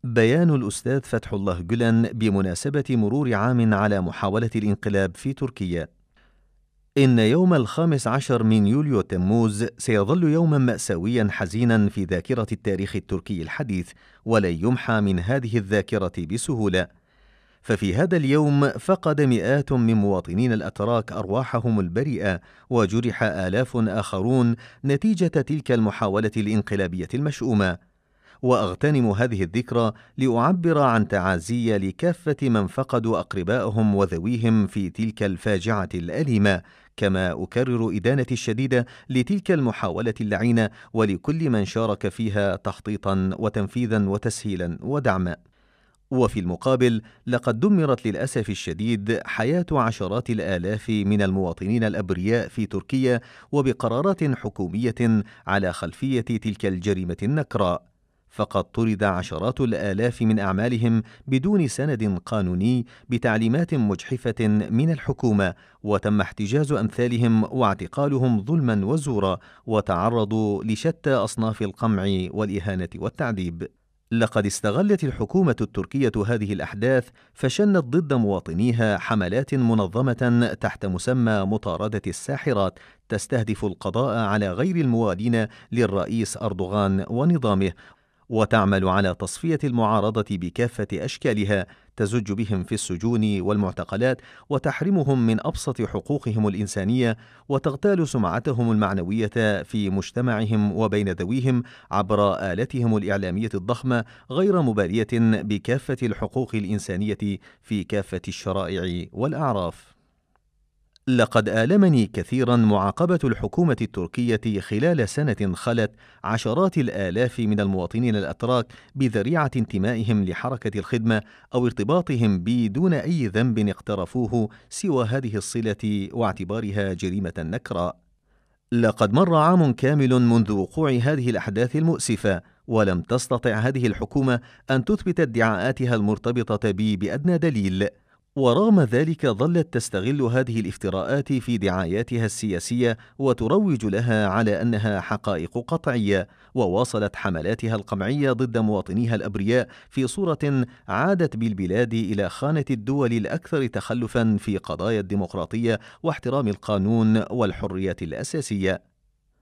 بيان الأستاذ فتح الله جلن بمناسبة مرور عام على محاولة الانقلاب في تركيا. إن يوم 15 من يوليو تموز سيظل يوما مأساويا حزينا في ذاكرة التاريخ التركي الحديث، ولن يمحى من هذه الذاكرة بسهولة. ففي هذا اليوم فقد مئات من مواطنين الأتراك أرواحهم البريئة، وجرح آلاف آخرون نتيجة تلك المحاولة الانقلابية المشؤومة. وأغتنم هذه الذكرى لأعبر عن تعازي لكافة من فقدوا أقربائهم وذويهم في تلك الفاجعة الأليمة، كما أكرر إدانتي الشديدة لتلك المحاولة اللعينة ولكل من شارك فيها تخطيطا وتنفيذا وتسهيلا ودعما. وفي المقابل لقد دمرت للأسف الشديد حياة عشرات الآلاف من المواطنين الأبرياء في تركيا، وبقرارات حكومية على خلفية تلك الجريمة النكراء. فقد طرد عشرات الآلاف من أعمالهم بدون سند قانوني بتعليمات مجحفة من الحكومة، وتم احتجاز أمثالهم واعتقالهم ظلما وزورا، وتعرضوا لشتى أصناف القمع والإهانة والتعذيب. لقد استغلت الحكومة التركية هذه الأحداث فشنت ضد مواطنيها حملات منظمة تحت مسمى مطاردة الساحرات، تستهدف القضاء على غير الموالين للرئيس أردوغان ونظامه، وتعمل على تصفية المعارضة بكافة أشكالها، تزج بهم في السجون والمعتقلات، وتحرمهم من أبسط حقوقهم الإنسانية، وتغتال سمعتهم المعنوية في مجتمعهم وبين ذويهم عبر آلتهم الإعلامية الضخمة، غير مبالية بكافة الحقوق الإنسانية في كافة الشرائع والأعراف. لقد آلمني كثيرا معاقبة الحكومة التركية خلال سنة خلت عشرات الآلاف من المواطنين الأتراك بذريعة انتمائهم لحركة الخدمة أو ارتباطهم بي دون أي ذنب اقترفوه سوى هذه الصلة واعتبارها جريمة نكراء. لقد مر عام كامل منذ وقوع هذه الأحداث المؤسفة، ولم تستطع هذه الحكومة أن تثبت ادعاءاتها المرتبطة بي بأدنى دليل، ورغم ذلك ظلت تستغل هذه الافتراءات في دعاياتها السياسية وتروج لها على أنها حقائق قطعية، وواصلت حملاتها القمعية ضد مواطنيها الأبرياء في صورة عادت بالبلاد إلى خانة الدول الأكثر تخلفا في قضايا الديمقراطية واحترام القانون والحريات الأساسية.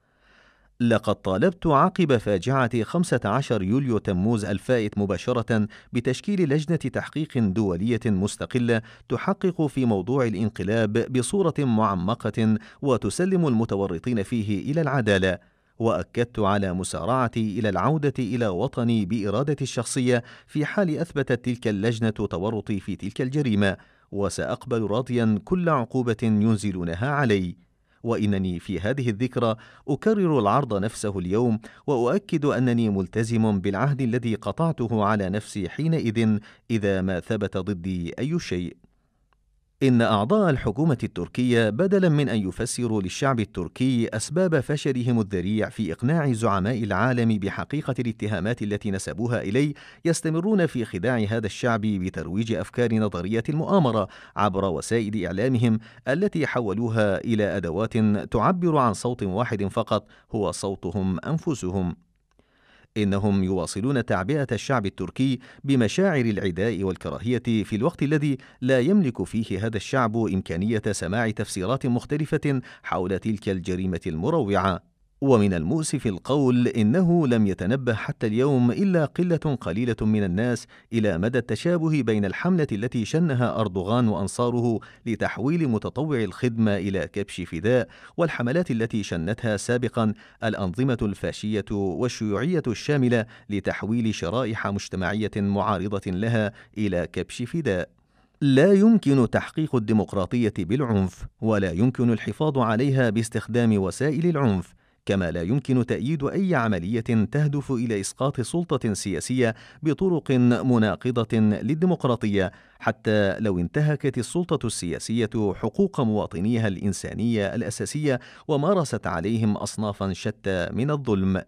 لقد طالبت عقب فاجعة 15 يوليو تموز الفائت مباشرة بتشكيل لجنة تحقيق دولية مستقلة تحقق في موضوع الانقلاب بصورة معمقة وتسلم المتورطين فيه إلى العدالة، وأكدت على مسارعتي إلى العودة إلى وطني بإرادتي الشخصية في حال أثبتت تلك اللجنة تورطي في تلك الجريمة، وسأقبل راضيا كل عقوبة ينزلونها علي. وإنني في هذه الذكرى أكرر العرض نفسه اليوم، وأؤكد أنني ملتزم بالعهد الذي قطعته على نفسي حينئذ إذا ما ثبت ضدي أي شيء. إن أعضاء الحكومة التركية بدلاً من أن يفسروا للشعب التركي أسباب فشلهم الذريع في إقناع زعماء العالم بحقيقة الاتهامات التي نسبوها إلي، يستمرون في خداع هذا الشعب بترويج أفكار نظرية المؤامرة عبر وسائل إعلامهم التي حولوها إلى أدوات تعبر عن صوت واحد فقط، هو صوتهم أنفسهم. إنهم يواصلون تعبئة الشعب التركي بمشاعر العداء والكراهية في الوقت الذي لا يملك فيه هذا الشعب إمكانية سماع تفسيرات مختلفة حول تلك الجريمة المروعة. ومن المؤسف القول إنه لم يتنبه حتى اليوم إلا قلة قليلة من الناس إلى مدى التشابه بين الحملة التي شنها أردوغان وأنصاره لتحويل متطوع الخدمة إلى كبش فداء، والحملات التي شنتها سابقا الأنظمة الفاشية والشيوعية الشاملة لتحويل شرائح مجتمعية معارضة لها إلى كبش فداء. لا يمكن تحقيق الديمقراطية بالعنف، ولا يمكن الحفاظ عليها باستخدام وسائل العنف، كما لا يمكن تأييد أي عملية تهدف إلى إسقاط سلطة سياسية بطرق مناقضة للديمقراطية، حتى لو انتهكت السلطة السياسية حقوق مواطنيها الإنسانية الأساسية ومارست عليهم أصنافا شتى من الظلم.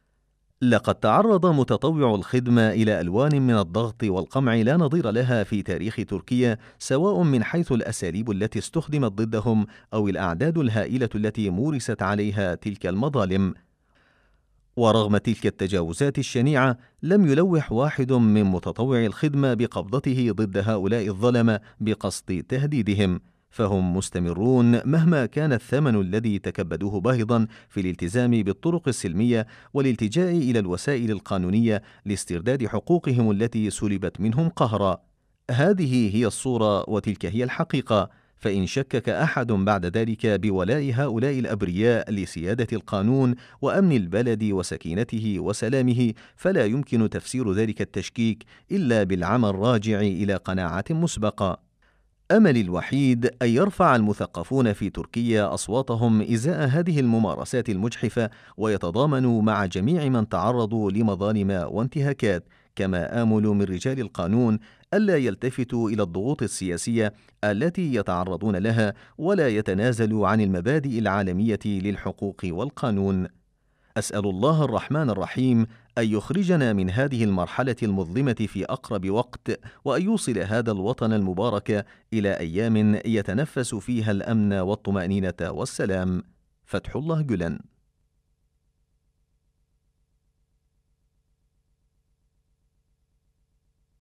لقد تعرض متطوع الخدمة إلى ألوان من الضغط والقمع لا نظير لها في تاريخ تركيا، سواء من حيث الأساليب التي استخدمت ضدهم أو الأعداد الهائلة التي مورست عليها تلك المظالم. ورغم تلك التجاوزات الشنيعة لم يلوح واحد من متطوعي الخدمة بقبضته ضد هؤلاء الظلمة بقصد تهديدهم، فهم مستمرون مهما كان الثمن الذي تكبدوه باهظا في الالتزام بالطرق السلمية والالتجاء إلى الوسائل القانونية لاسترداد حقوقهم التي سلبت منهم قهرا. هذه هي الصورة وتلك هي الحقيقة، فإن شكك أحد بعد ذلك بولاء هؤلاء الأبرياء لسيادة القانون وأمن البلد وسكينته وسلامه، فلا يمكن تفسير ذلك التشكيك إلا بالعمى الراجع إلى قناعة مسبقة. أملي الوحيد أن يرفع المثقفون في تركيا أصواتهم إزاء هذه الممارسات المجحفة، ويتضامنوا مع جميع من تعرضوا لمظالم وانتهاكات، كما آمل من رجال القانون ألا يلتفتوا إلى الضغوط السياسية التي يتعرضون لها، ولا يتنازلوا عن المبادئ العالمية للحقوق والقانون. أسأل الله الرحمن الرحيم أن يخرجنا من هذه المرحلة المظلمة في أقرب وقت، وأن يوصل هذا الوطن المبارك إلى أيام يتنفس فيها الأمن والطمأنينة والسلام. فتح الله جولان.